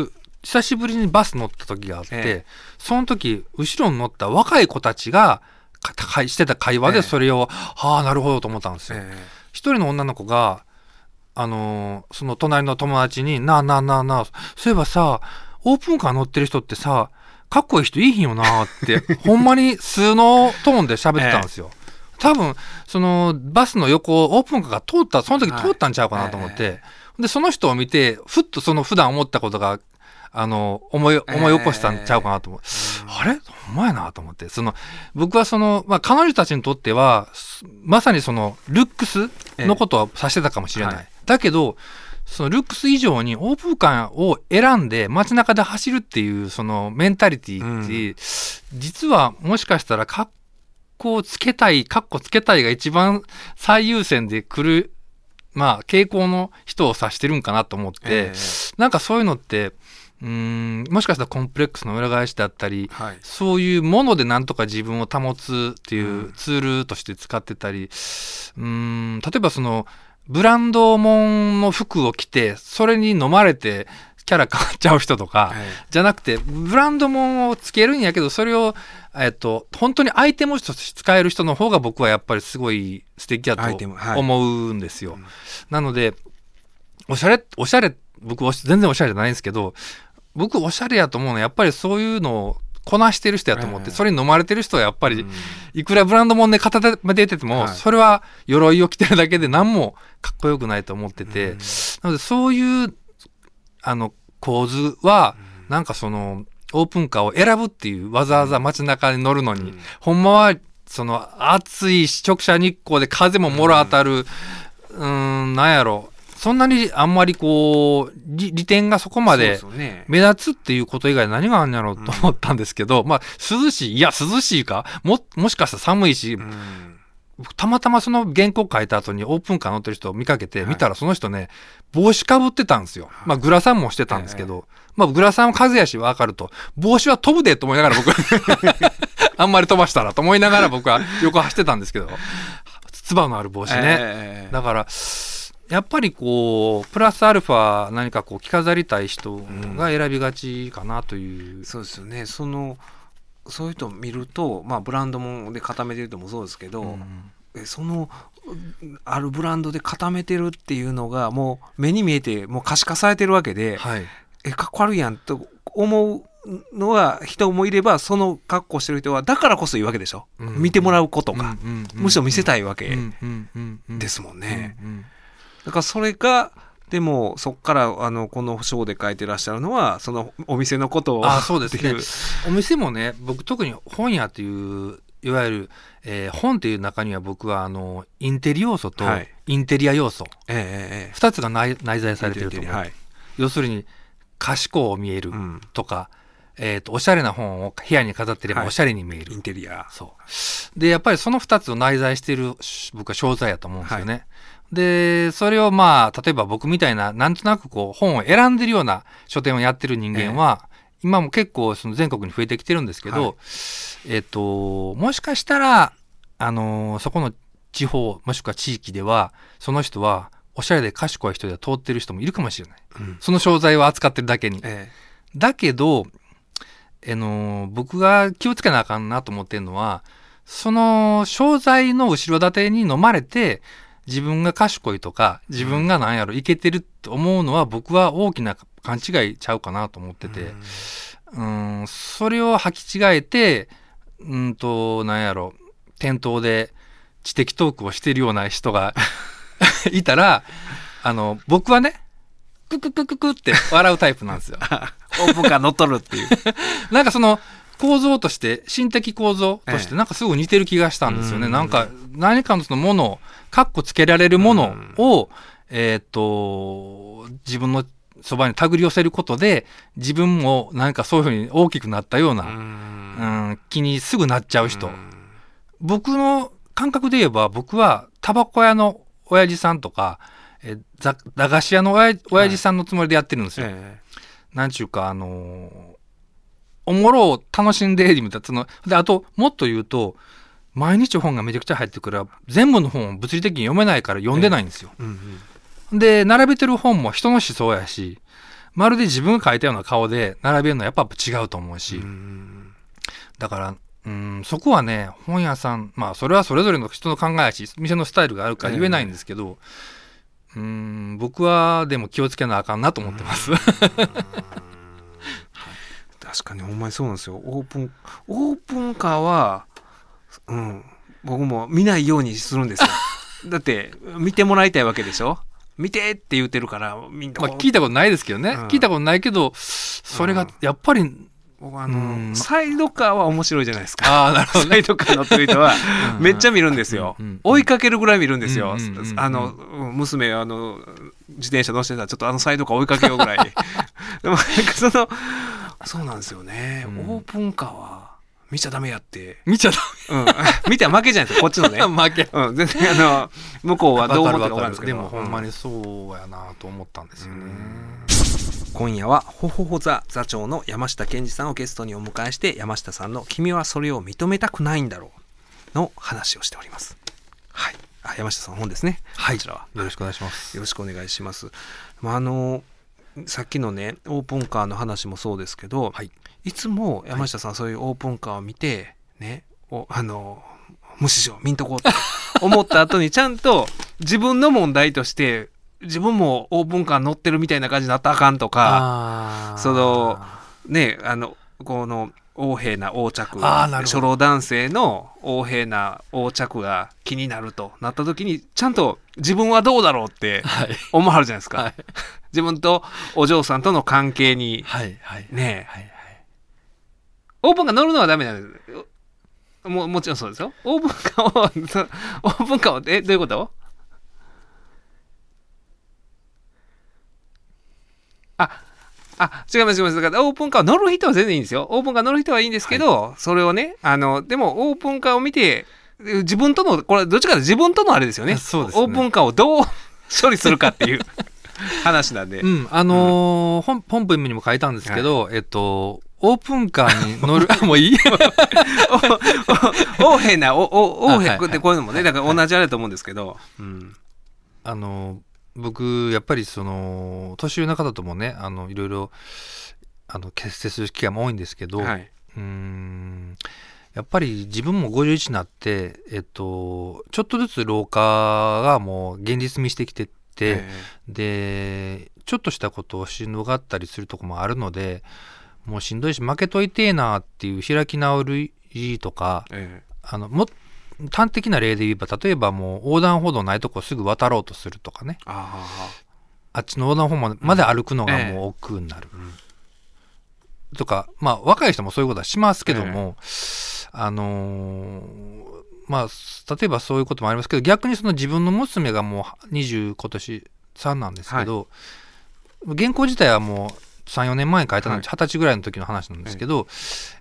久しぶりにバス乗った時があって、その時後ろに乗った若い子たちがしてた会話でそれを、はあなるほどと思ったんですよ。一人の女の子がその隣の友達になあそういえばさオープンカー乗ってる人ってさかっこいい人いいひんよなってほんまに素のトーンで喋ってたんですよ。多分そのバスの横オープンカーが通ったその時通ったんちゃうかなと思って、でその人を見てふっとその普段思ったことが思い起こしたんちゃうかなと思う、あれほんまやなと思って、僕は彼女たちにとってはまさにそのルックスのことを指してたかもしれない、だけどそのルックス以上にオープンカーを選んで街中で走るっていうそのメンタリティって、実はもしかしたらカッコつけたいが一番最優先で来る傾向の人を指してるんかなと思って、なんかそういうのってもしかしたらコンプレックスの裏返しだったり、そういうものでなんとか自分を保つっていうツールとして使ってたり、例えばそのブランド物の服を着てそれに飲まれてキャラ変わっちゃう人とか、じゃなくてブランド物をつけるんやけどそれを本当にアイテムとして使える人の方が僕はやっぱりすごい素敵だと思うんですよ。なのでおしゃれ僕全然おしゃれじゃないんですけど、僕おしゃれやと思うのはやっぱりそういうのをこなしてる人やと思って、それに飲まれてる人はやっぱりいくらブランド物で片手まで出てても、それは鎧を着てるだけで何もかっこよくないと思ってて、なのでそういう構図はなんかそのオープンカーを選ぶっていうわざわざ街中に乗るのに、ほんまはその暑い直射日光で風ももろ当たる、なんやろそんなにあんまりこう利点がそこまで目立つっていうこと以外何があるんやろうと思ったんですけど、涼しいかもしかしたら寒いし、たまたまその原稿書いた後にオープンカー乗ってる人を見かけて見たらその人ね帽子かぶってたんですよ。グラサンもしてたんですけど、グラサンは風やし分かると帽子は飛ぶでと思いながら僕あんまり飛ばしたらと思いながら僕は横走ってたんですけど、つばのある帽子ね、だからやっぱりこうプラスアルファ何かこう着飾りたい人が選びがちかなという、 そうですよね。そういう人を見ると、ブランドもで固めてる人もそうですけど、そのあるブランドで固めてるっていうのがもう目に見えてもう可視化されてるわけで、かっこ悪いやんと思うのは人もいれば、その格好してる人はだからこそいいわけでしょ、見てもらうことが、むしろ見せたいわけですもんね。だからそれがでもそっからこの章で書いてらっしゃるのはそのお店のことをそうですね。お店もね、僕特に本屋っていういわゆる、本っていう中には僕はインテリ要素とインテリア要素、2つが内在されてると思う、要するに賢く見えるとか、おしゃれな本を部屋に飾ってればおしゃれに見える、 インテリア、 そうでやっぱりその2つを内在している僕は商材やと思うんですよね。でそれを例えば僕みたいななんとなくこう本を選んでるような書店をやってる人間は、今も結構その全国に増えてきてるんですけど、もしかしたらそこの地方もしくは地域ではその人はおしゃれで賢い人で通ってる人もいるかもしれない、その商材を扱ってるだけに、だけど僕が気をつけなあかんなと思ってるのは、その商材の後ろ盾に飲まれて自分が賢いとか自分がなんやろイケてるって思うのは僕は大きな勘違いちゃうかなと思ってて、それを履き違えてなんやろ店頭で知的トークをしているような人がいたら僕はねクククククって笑うタイプなんですよ。 オープンカー乗っとるっていうなんかその構造として心的構造としてなんかすごい似てる気がしたんですよね。なんか何かのそのものカッコつけられるものを自分のそばに手繰り寄せることで自分もなんかそういうふうに大きくなったような気にすぐなっちゃう人、僕の感覚で言えば僕はタバコ屋の親父さんとか駄菓子屋の親父さんのつもりでやってるんですよ。なんちゅうかおもろを楽しんでみたいな。であともっと言うと毎日本がめちゃくちゃ入ってくる全部の本を物理的に読めないから読んでないんですよ。で並べてる本も人の思想やしまるで自分が描いたような顔で並べるのはやっぱ違うと思うし、だからそこはね、本屋さん、まあそれはそれぞれの人の考えやし、店のスタイルがあるから言えないんですけど、僕はでも気をつけなあかんなと思ってます。 確かにほんまにそうなんですよ。オープンカーは、僕も見ないようにするんですよ。だって見てもらいたいわけでしょ。見てって言ってるからみんな、 聞いたことないですけどね、聞いたことないけど、それがやっぱり、 僕サイドカーは面白いじゃないですか。なるほど、ね、サイドカー乗ってる人はめっちゃ見るんですよ。追いかけるぐらい見るんですよ。娘自転車乗せてたらちょっとサイドカー追いかけようぐらい。でもそうなんですよね。オープンカーは見ちゃダメやって。 見ちゃダメ。見ては負けじゃないですか、こっちのね。 負け。 全然向こうはどう思ってるか分かるんですけど。 でもほんまにそうやなと思ったんですよね。 今夜はほほほ座座長の山下健二さんをゲストにお迎えして、山下さんの君はそれを認めたくないんだろうの話をしております。はい。山下さんの本ですね。 はい。 こちらはよろしくお願いします。 よろしくお願いします。さっきのねオープンカーの話もそうですけど、いつも山下さんそういうオープンカーを見てね、無視しよう見んとこうって思った後にちゃんと自分の問題として自分もオープンカー乗ってるみたいな感じになったらあかんとか、この横柄な横着、初老男性の横柄な横着が気になるとなった時にちゃんと自分はどうだろうって思わはるじゃないですか、自分とお嬢さんとの関係に、オープンカー乗るのはダメなんです。もちろんそうですよ。オープンカーをどういうこと？違います。だからオープンカーを乗る人は全然いいんですよ。オープンカー乗る人はいいんですけど、それをね、でもオープンカーを見て、自分との、これどっちかというと自分とのあれですよね。 そうですね。 オープンカーをどう処理するかっていう話なんで。 本文にも書いたんですけど、オープンカーに乗る、もういい横柄な、横柄ってこういうのもね、だから同じあれだと思うんですけど、 僕やっぱり年上の方ともねいろいろ結成する機会も多いんですけど、やっぱり自分も51になってちょっとずつ老化がもう現実味してきてって、でちょっとしたことをしんどがったりするとこもあるので、もうしんどいし負けといてえなっていう開き直りとか、も端的な例で言えば、例えばもう横断歩道ないとこすぐ渡ろうとするとかね、あっちの横断歩道まで歩くのがもう億劫になる、とか、まあ若い人もそういうことはしますけども、まあ例えばそういうこともありますけど、逆に自分の娘がもう20今年3なんですけど、原稿自体はもう 3,4 年前に書いたので20歳ぐらいの時の話なんですけど、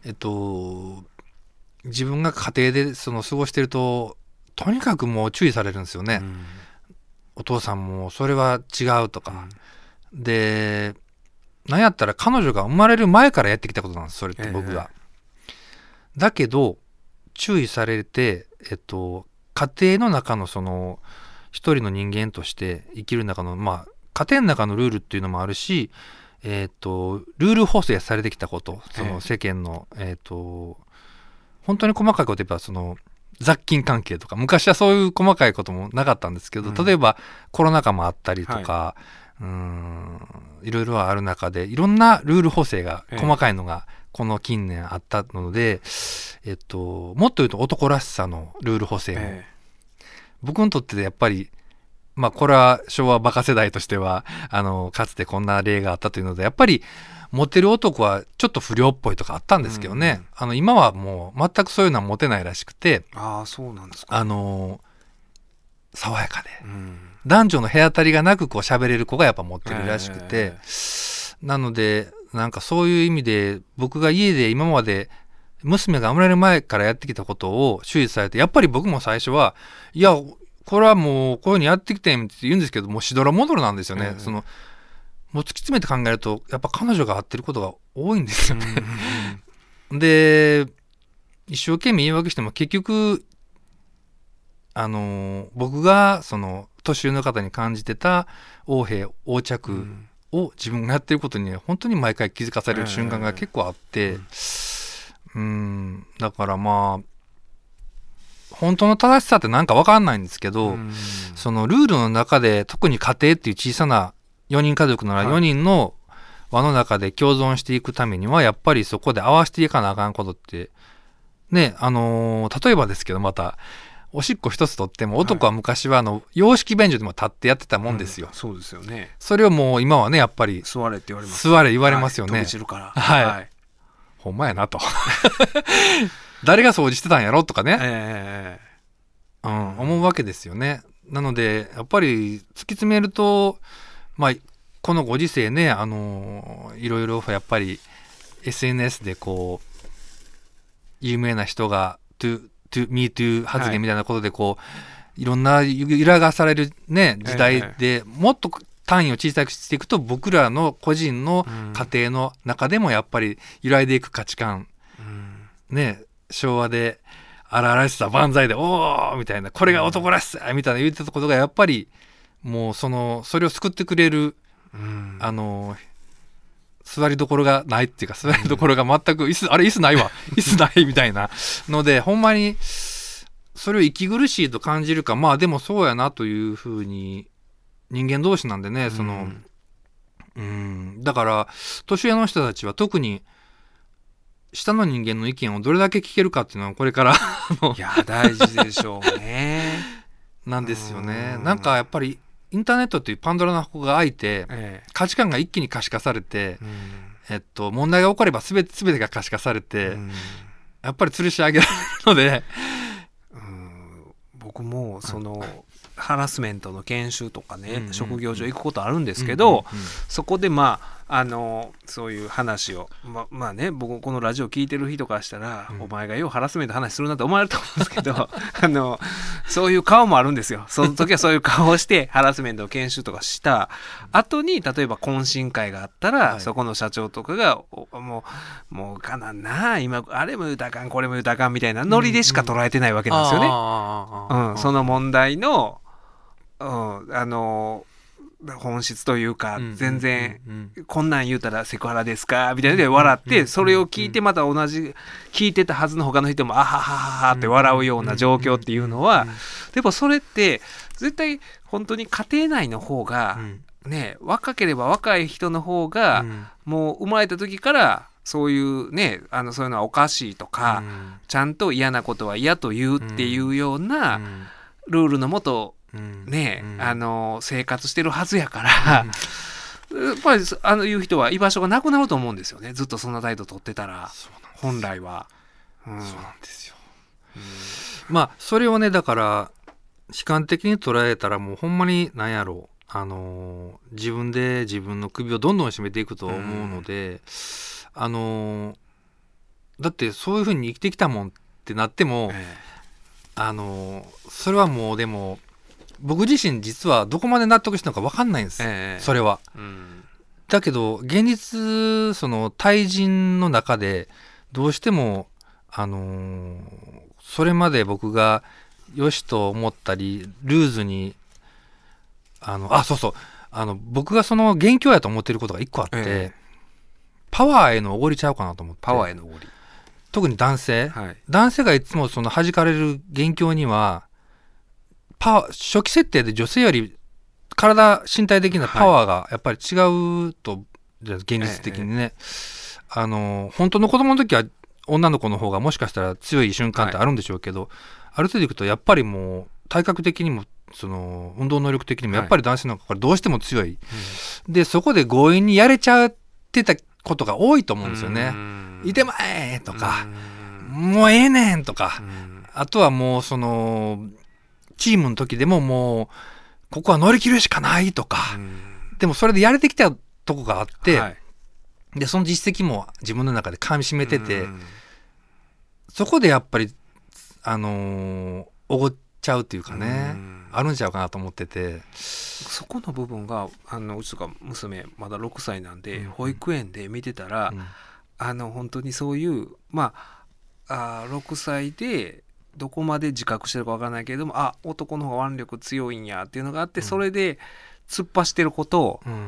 自分が家庭で過ごしてるととにかくもう注意されるんですよね、お父さんもそれは違うとか、でなんやったら彼女が生まれる前からやってきたことなんです、それって僕が、だけど注意されて、家庭の中の一人の人間として生きる中の家庭の中のルールっていうのもあるし、ルール補正されてきたこと、世間の本当に細かいこと言えば雑菌関係とか、昔はそういう細かいこともなかったんですけど、例えばコロナ禍もあったりとか、いろいろある中でいろんなルール補正が細かいのがこの近年あったので、もっと言うと男らしさのルール補正も、僕にとってやっぱりこれは昭和バカ世代としてはかつてこんな例があったというので、やっぱりモテる男はちょっと不良っぽいとかあったんですけどね、今はもう全くそういうのはモテないらしくて、 そうなんですか。 爽やかで、男女の隔たりがなく喋れる子がやっぱモテるらしくて、なのでなんかそういう意味で僕が家で今まで娘が生まれる前からやってきたことを注意されて、やっぱり僕も最初はいやこれはもうこういうふうにやってきてって言うんですけど、もうしどろもどろなんですよね、もう突き詰めて考えるとやっぱ彼女が会ってることが多いんですよね、で一生懸命言い訳しても結局僕が年上の方に感じてた横柄横着を自分がやってることに、ね、本当に毎回気づかされる瞬間が結構あって、だからまあ本当の正しさってなんか分かんないんですけど、そのルールの中で特に家庭っていう小さな4人家族なら4人の輪の中で共存していくためにはやっぱりそこで合わせていかなあかんことってね、例えばですけど、またおしっこ一つとっても男は昔は洋式便所でも立ってやってたもんですよ、 そうですよね。 それをもう今はねやっぱり座れって言われます、 座れ言われますよね、 飛び散るから、 はい、ほんまやなと誰が掃除してたんやろとかね、思うわけですよね。なのでやっぱり突き詰めると、まあこのご時世ね、いろいろやっぱり SNS でこう有名な人が Me Too 発言みたいなことでこう、いろんな揺らがされるね時代で、もっと単位を小さくしていくと僕らの個人の家庭の中でもやっぱり揺らいでいく価値観、ね、昭和で荒々しさ万歳でおーみたいな、これが男らしさみたいな言ってたことがやっぱりもうそれを救ってくれる、座りどころがないっていうか、座りどころが全く椅子ないわ椅子ないみたいなので、ほんまにそれを息苦しいと感じるか、まあでもそうやなというふうに、人間同士なんでね、だから年上の人たちは特に下の人間の意見をどれだけ聞けるかっていうのはこれからいや大事でしょうねなんですよね。なんかやっぱりインターネットっていうパンドラの箱が開いて、価値観が一気に可視化されて、問題が起これば全てが可視化されて、やっぱり吊るし上げられるので、 僕もハラスメントの研修とかね、職業上行くことあるんですけど、そこでそういう話をまあね、僕このラジオ聞いてる人からしたら、お前がようハラスメント話するなって思われると思うんですけどそういう顔もあるんですよ。その時はそういう顔をしてハラスメントの研修とかした後に、例えば懇親会があったら、そこの社長とかがもうかなんな、今あれも言うたらあかんこれも言うたらあかんみたいなノリでしか捉えてないわけなんですよね。その問題の本質というか、全然こんなん言うたらセクハラですかみたいなで笑って、それを聞いてまた同じ聞いてたはずの他の人もあははははって笑うような状況っていうのは、でもそれって絶対本当に家庭内の方がね、若ければ若い人の方がもう生まれた時からそういうね、そういうのはおかしいとか、ちゃんと嫌なことは嫌と言うっていうようなルールのもとね、生活してるはずやから、やっぱりいう人は居場所がなくなると思うんですよね。ずっとそんな態度取ってたら、本来は。 そうなんですよ。まあそれをね、だから悲観的に捉えたらもうほんまに何やろう、自分で自分の首をどんどん絞めていくと思うので、だってそういうふうに生きてきたもんってなっても、それはもうでも僕自身実はどこまで納得したのか分かんないんです、それは、だけど現実その対人の中でどうしてもそれまで僕が良しと思ったりルーズに僕がその元凶やと思ってることが一個あって、パワーへのおごりちゃうかなと思って。 パワーへのおごり、 特に男性がいつもその弾かれる元凶には初期設定で女性より身体的なパワーがやっぱり違うと、現実的にね、本当の子供の時は女の子の方がもしかしたら強い瞬間ってあるんでしょうけど、ある程度いくとやっぱりもう体格的にもその運動能力的にもやっぱり男性の方がどうしても強い、でそこで強引にやれちゃってたことが多いと思うんですよね。いてまえとか、もうええねんとか、あとはもうそのチームの時でももうここは乗り切るしかないとか、でもそれでやれてきたとこがあって、でその実績も自分の中で噛みしめてて、そこでやっぱりおごっちゃうっていうかね、あるんちゃうかなと思ってて、 そこの部分がうちとか娘まだ6歳なんで、保育園で見てたら、本当にそういう6歳でどこまで自覚してるか分からないけれども、男の方が腕力強いんやっていうのがあって、それで突っ走ってることを、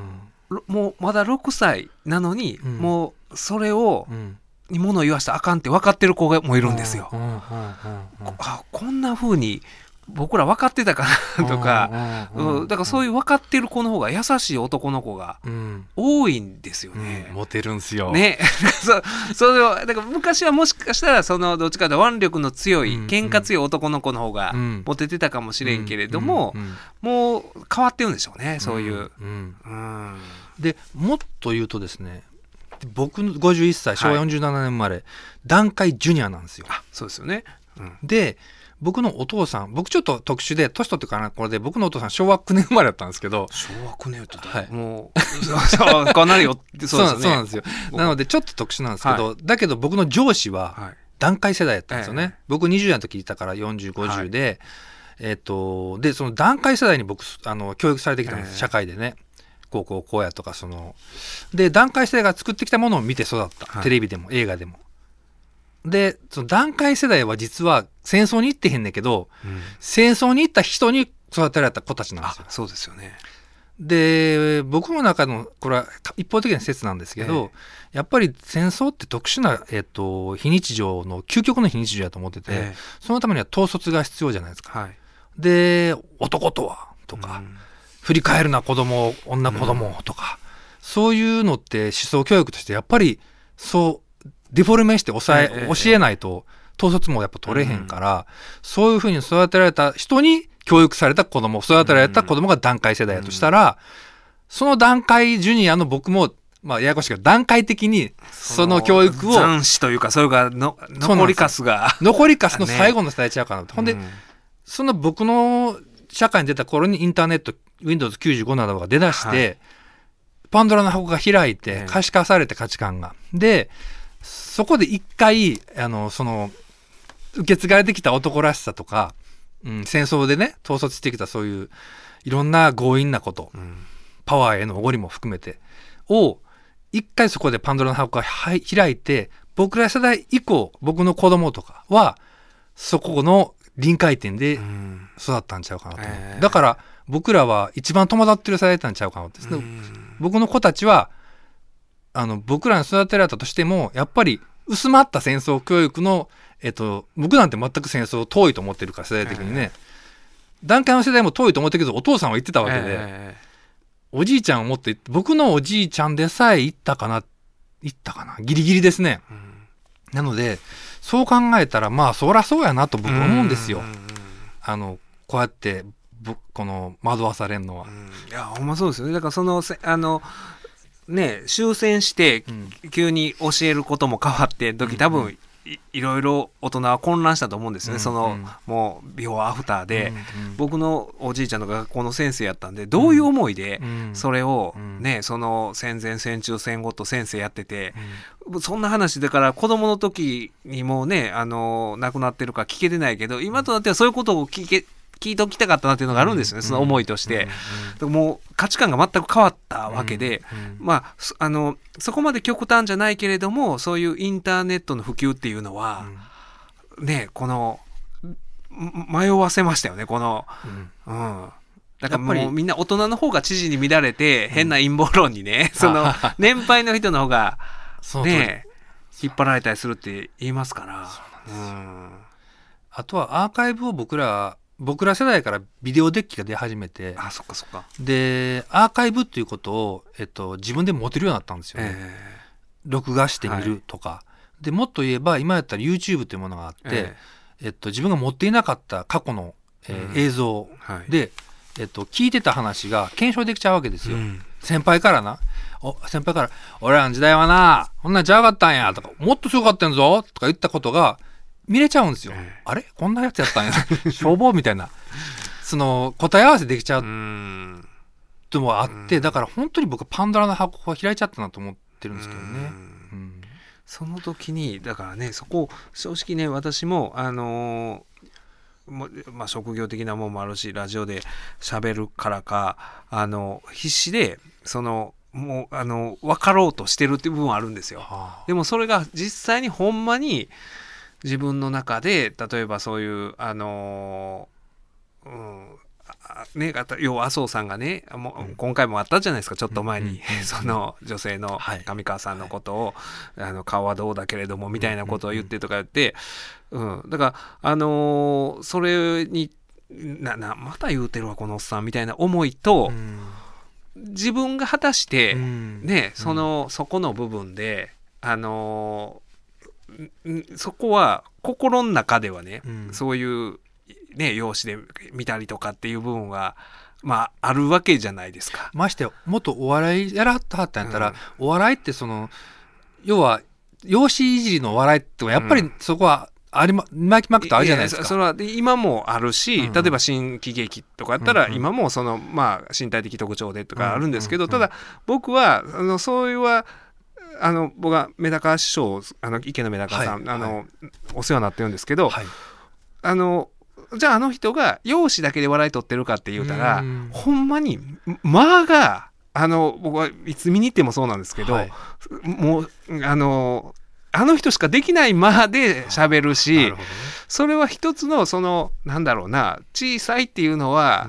もうまだ6歳なのに、もうそれを、に物を言わしたらあかんって分かってる子もいるんですよ。こんな風に僕ら分かってたかなとか、だからそういう分かってる子の方が優しい男の子が多いんですよね。 モテるんすよ。 ね、だから昔はもしかしたらどっちかというと腕力の強い、喧嘩強い男の子の方がモテてたかもしれんけれども、もう変わってるんでしょうね、そういう。 でもっと言うとですね、僕の51歳昭和47年生まれ、団塊ジュニアなんですよ。 そうですよね。 で僕のお父さん、僕ちょっと特殊で年取ってからこれで、僕のお父さん昭和9年生まれだったんですけど、 昭和9年ってもうかなりよってそうなんですよ。なのでちょっと特殊なんですけど、だけど僕の上司は団塊世代だったんですよね。僕20代の時いたから40、50で、でその団塊世代に僕教育されてきたんです、社会でね。こうやとかで団塊世代が作ってきたものを見て育った、テレビでも映画でも。でその団塊世代は実は戦争に行ってへんねんけど、戦争に行った人に育てられた子たちなんですよ。 そうですよね。 で僕の中のこれは一方的な説なんですけど、やっぱり戦争って特殊な、非日常の究極の非日常だと思ってて、そのためには統率が必要じゃないですか。で男とはとか、振り返るな子供女子供とか、そういうのって思想教育としてやっぱりデフォルメして教えないと統率もやっぱ取れへんから、そういうふうに育てられた人に教育された子供、育てられた子供が団塊世代だとしたら、その団塊ジュニアの僕もややこしいけど段階的にその教育を残滓というかそれが残りカスの最後の世代ちゃうかなと、ほんでその僕の社会に出た頃にインターネット Windows95 などが出だして、パンドラの箱が開いて可視化されて価値観がで、そこで一回その受け継がれてきた男らしさとか、戦争でね統率してきたそういういろんな強引なこと、パワーへのおごりも含めてを一回そこでパンドラの箱が開いて、僕ら世代以降僕の子供とかはそこの臨界点で育ったんちゃうかなと、だから僕らは一番戸惑ってる世代だったんちゃうかなと、僕の子たちは僕らに育てられたとしてもやっぱり薄まった戦争教育の、僕なんて全く戦争遠いと思ってるから世代的にね、団塊の世代も遠いと思ってるけどお父さんは言ってたわけで、おじいちゃんを持って僕のおじいちゃんでさえ行ったかなギリギリですね、なのでそう考えたらまあそりゃそうやなと僕は思うんですよ、こうやってこの惑わされるのは。 いやほんまそうですよね。だから終戦して急に教えることも変わって時、多分いろいろ大人は混乱したと思うんですよね、もうビフォーアフターで、僕のおじいちゃんの学校の先生やったんでどういう思いでそれをその戦前戦中戦後と先生やってて、そんな話だから子供の時にもうね亡くなってるから聞けてないけど、今となってはそういうことを聞いておきたかったなっていうのがあるんですよね、その思いとして。もう価値観が全く変わったわけで、そこまで極端じゃないけれどもそういうインターネットの普及っていうのは、この迷わせましたよねだからもうみんな大人の方が知事に乱れて、変な陰謀論にねその年配の人の方が引っ張られたりするって言いますから。 あとはアーカイブを僕ら世代からビデオデッキが出始めて、でアーカイブっていうことを、自分で持てるようになったんですよね、録画してみるとか、でもっと言えば今やったら YouTube っていうものがあって、自分が持っていなかった過去の、映像で、聞いてた話が検証できちゃうわけですよ、先輩から俺らの時代はなこんなんちゃうかったんやとか、もっとすごかったんぞとか言ったことが見れちゃうんですよ、あれこんなやつやったんや消防みたいなその答え合わせできちゃうともあって、だから本当に僕はパンドラの箱が開いちゃったなと思ってるんですけどね、 その時にだからね、そこ正直ね私も職業的なもんもあるしラジオで喋るからか必死でもう分かろうとしてるっていう部分はあるんですよ、でもそれが実際にほんまに自分の中で例えばそういうね、要は麻生さんがね、もう今回もあったじゃないですか、ちょっと前に、その女性の上川さんのことを、顔はどうだけれどもみたいなことを言ってとか言って、だからそれにまた言うてるわこのおっさんみたいな思いと、自分が果たして、ね、そこの部分でそこは心の中ではね、そういうね容姿で見たりとかっていう部分はあるわけじゃないですか。 ましてもっとお笑いやらはったんやったら、お笑いって要は容姿いじりのお笑いってやっぱりそこは巻きまくとあるじゃないですか。 それは今もあるし、例えば新喜劇とかやったら今も身体的特徴でとかあるんですけど、ただ僕はそういうは僕はメダカ師匠池野メダカさん、お世話になってるんですけど、じゃあ人が容姿だけで笑い取ってるかって言うたら、ほんまにが僕はいつ見に行ってもそうなんですけど、もう人しかできない間で喋るし、それは一つのなんだろうな、小さいっていうのは、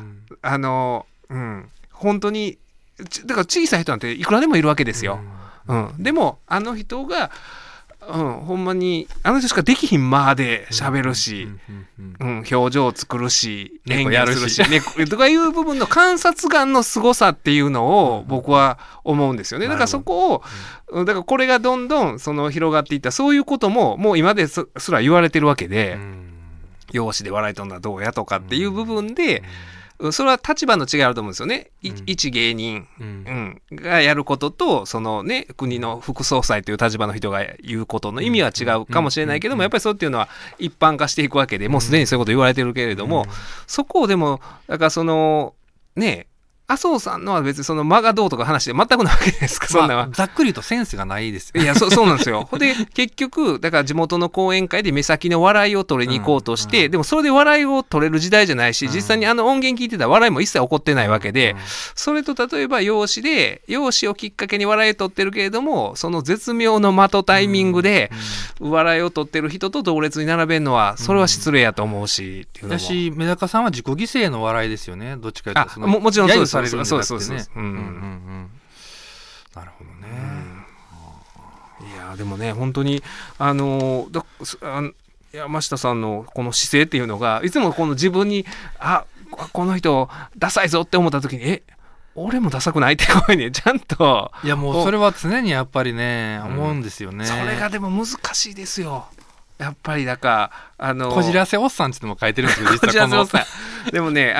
本当にだから小さい人なんていくらでもいるわけですよ。でも人が、ほんまに人しかできひん間で喋るし、表情を作るし演技するしとかいう部分の観察眼の凄さっていうのを僕は思うんですよね。だからそこをだからこれがどんどん広がっていったそういうことももう今ですら言われてるわけで、容姿で笑いとんのはどうやとかっていう部分で、それは立場の違いあると思うんですよね。一芸人、がやることと国の副総裁という立場の人が言うことの意味は違うかもしれないけども、やっぱりそうっていうのは一般化していくわけで、もうすでにそういうこと言われてるけれども、そこをでもだから麻生さんのは別に間がどうとか話で全くないわけですか、そんなは。 ざっくりとセンスがないですよ。 いや、そうなんですよ。で、結局、だから地元の講演会で目先の笑いを取りに行こうとして、でもそれで笑いを取れる時代じゃないし、実際に音源聞いてたら笑いも一切起こってないわけで、それと例えば容姿をきっかけに笑いを取ってるけれども、その絶妙の的タイミングで笑いを取ってる人と同列に並べるのは、それは失礼やと思うし、っていうのも。 だし、メダカさんは自己犠牲の笑いですよね。どっちかというと。 もちろんそうです。 されるんじゃなくてね。 なるほどね。 いやでもね本当に山下さんのこの姿勢っていうのがいつもこの自分にこの人ダサいぞって思った時に俺もダサくないってこういうねちゃんといやもうそれは常にやっぱりね思うんですよね。 それがでも難しいですよ。やっぱりだからこじらせおっさんっていうのも書いてるんですけど実はこのでもね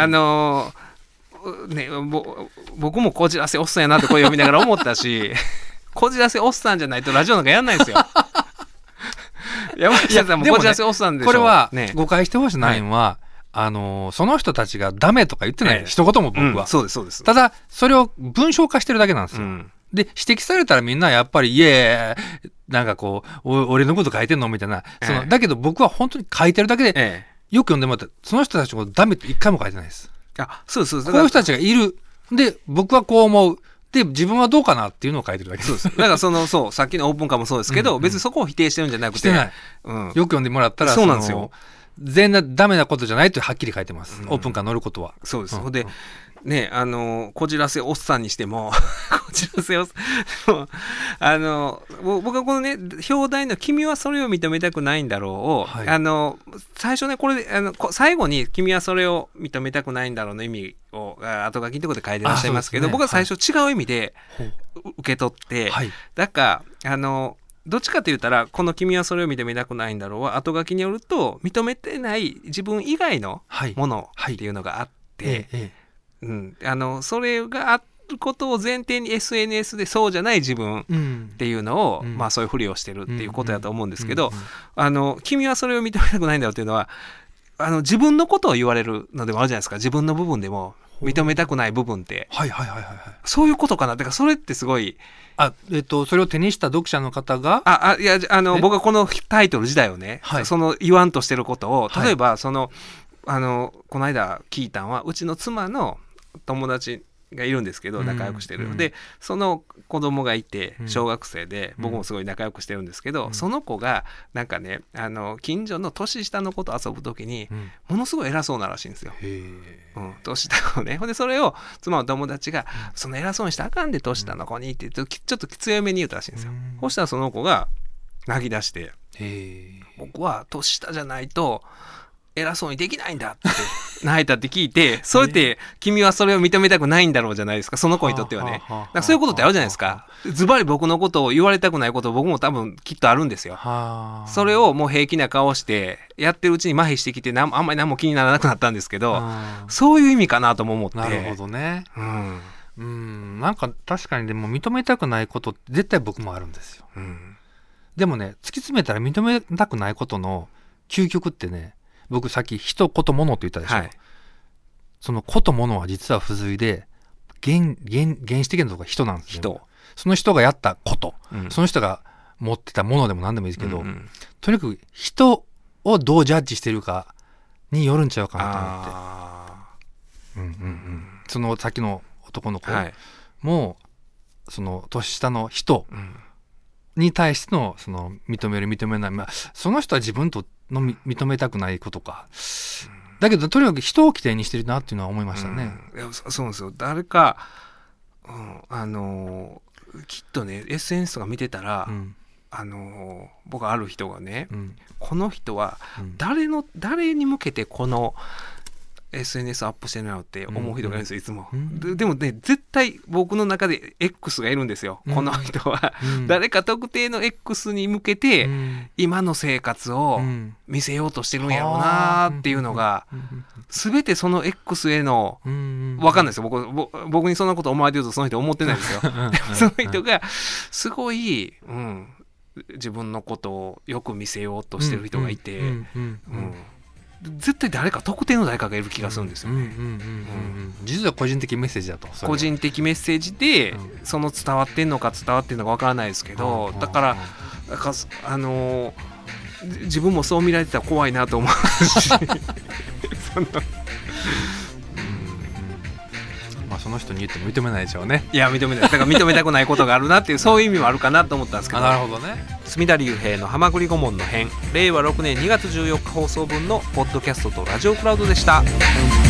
僕もこじらせおっさんやなってこれ読みながら思ったしこじらせおっさんじゃないとラジオなんかやんないですよ。山下さんもこじらせおっさんでしょ。 これは誤解してほしいないのは、その人たちがダメとか言ってない、一言も僕は、 そうですそうです。 ただそれを文章化してるだけなんですよ、で指摘されたらみんなやっぱりなんかこう俺のこと書いてんのみたいな、だけど僕は本当に書いてるだけで、よく読んでもらったらその人たちのことダメって一回も書いてないです。 そうです。 こういう人たちがいる。で、僕はこう思う。で、自分はどうかなっていうのを書いてるだけです。 だからさっきのオープンカーもそうですけど、別にそこを否定してるんじゃなくて。 してない。よく読んでもらったら、 そうなんですよ。 全然ダメなことじゃないとはっきり書いてます。オープンカー乗ることは。 そうです。で、ね、こじらせおっさんにしてもこじらせおっさん僕はこのね表題の「君はそれを認めたくないんだろう」を、最初ねこれで最後に「君はそれを認めたくないんだろう」の意味を後書きのところで書いてらっしゃいますけど、僕は最初違う意味で受け取って、だからどっちかと言ったらこの「君はそれを認めたくないんだろう」は後書きによると認めてない自分以外のものっていうのがあって、それがあることを前提に SNS でそうじゃない自分っていうのを、そういうふりをしてるっていうことだと思うんですけど、君はそれを認めたくないんだろうっていうのは自分のことを言われるのでもあるじゃないですか。自分の部分でも認めたくない部分ってそういうことかな。だからそれってすごいそれを手にした読者の方がいや僕はこのタイトル自体をね、その言わんとしてることを例えばこの間聞いたのはうちの妻の友達がいるんですけど、仲良くしてる、でその子供がいて小学生で、僕もすごい仲良くしてるんですけど、その子がなんかね近所の年下の子と遊ぶ時に、ものすごい偉そうならしいんですよ、年下のね。ほんでそれを妻の友達が、その偉そうにしたらあかんで年下の子にってちょっと強めに言ったらしいんですよ。そしたらその子が泣き出して、僕は年下じゃないと偉そうにできないんだって泣いたって聞いて、そうやって君はそれを認めたくないんだろうじゃないですか、その子にとってはね。なんかそういうことってあるじゃないですか。ズバリ僕のことを言われたくないことを僕も多分きっとあるんですよ。それをもう平気な顔してやってるうちに麻痺してきて、あんまり何も気にならなくなったんですけど、そういう意味かなとも思って。 なるほどね。なんか確かにでも認めたくないことって絶対僕もあるんですよ。でもね、突き詰めたら認めたくないことの究極ってね、僕さっき人こと物って言ったでしょ、そのこと物は実は不随で原始的なところが人なんですよ。その人がやったこと、その人が持ってたものでも何でもいいですけど、とにかく人をどうジャッジしてるかによるんちゃうかなと思って、そのさっきの男の子も、その年下の人に対してのその認める認めない、その人は自分との認めたくないことか、だけどとにかく人を起点にしてるなっていうのは思いましたね。 いやそうなんですよ。誰か、きっとね SNS とか見てたら、僕ある人がね、この人は誰に向けてこのSNS アップしてるのって思う人がいるんですよ、いつも。でもね、絶対僕の中で X がいるんですよ。この人は誰か特定の X に向けて今の生活を見せようとしてるんやろうなっていうのが、全てその X への、分かんないですよ。僕にそんなこと思われてるとその人思ってないですよ。でもその人がすごい、自分のことをよく見せようとしてる人がいて、絶対誰か特定の誰かがいる気がするんですよね。 実は個人的メッセージだと。 個人的メッセージで、その伝わってんのか伝わってんのか分からないですけど、だから自分もそう見られてたら怖いなと思うしその人に言っても認めないでしょうね。 いや認めない。だから認めたくないことがあるなっていうそういう意味もあるかなと思ったんですけど。 なるほどね。 隅田隆平のはまぐり顧問の編、令和6年2月14日放送分のポッドキャストとラジオクラウドでした。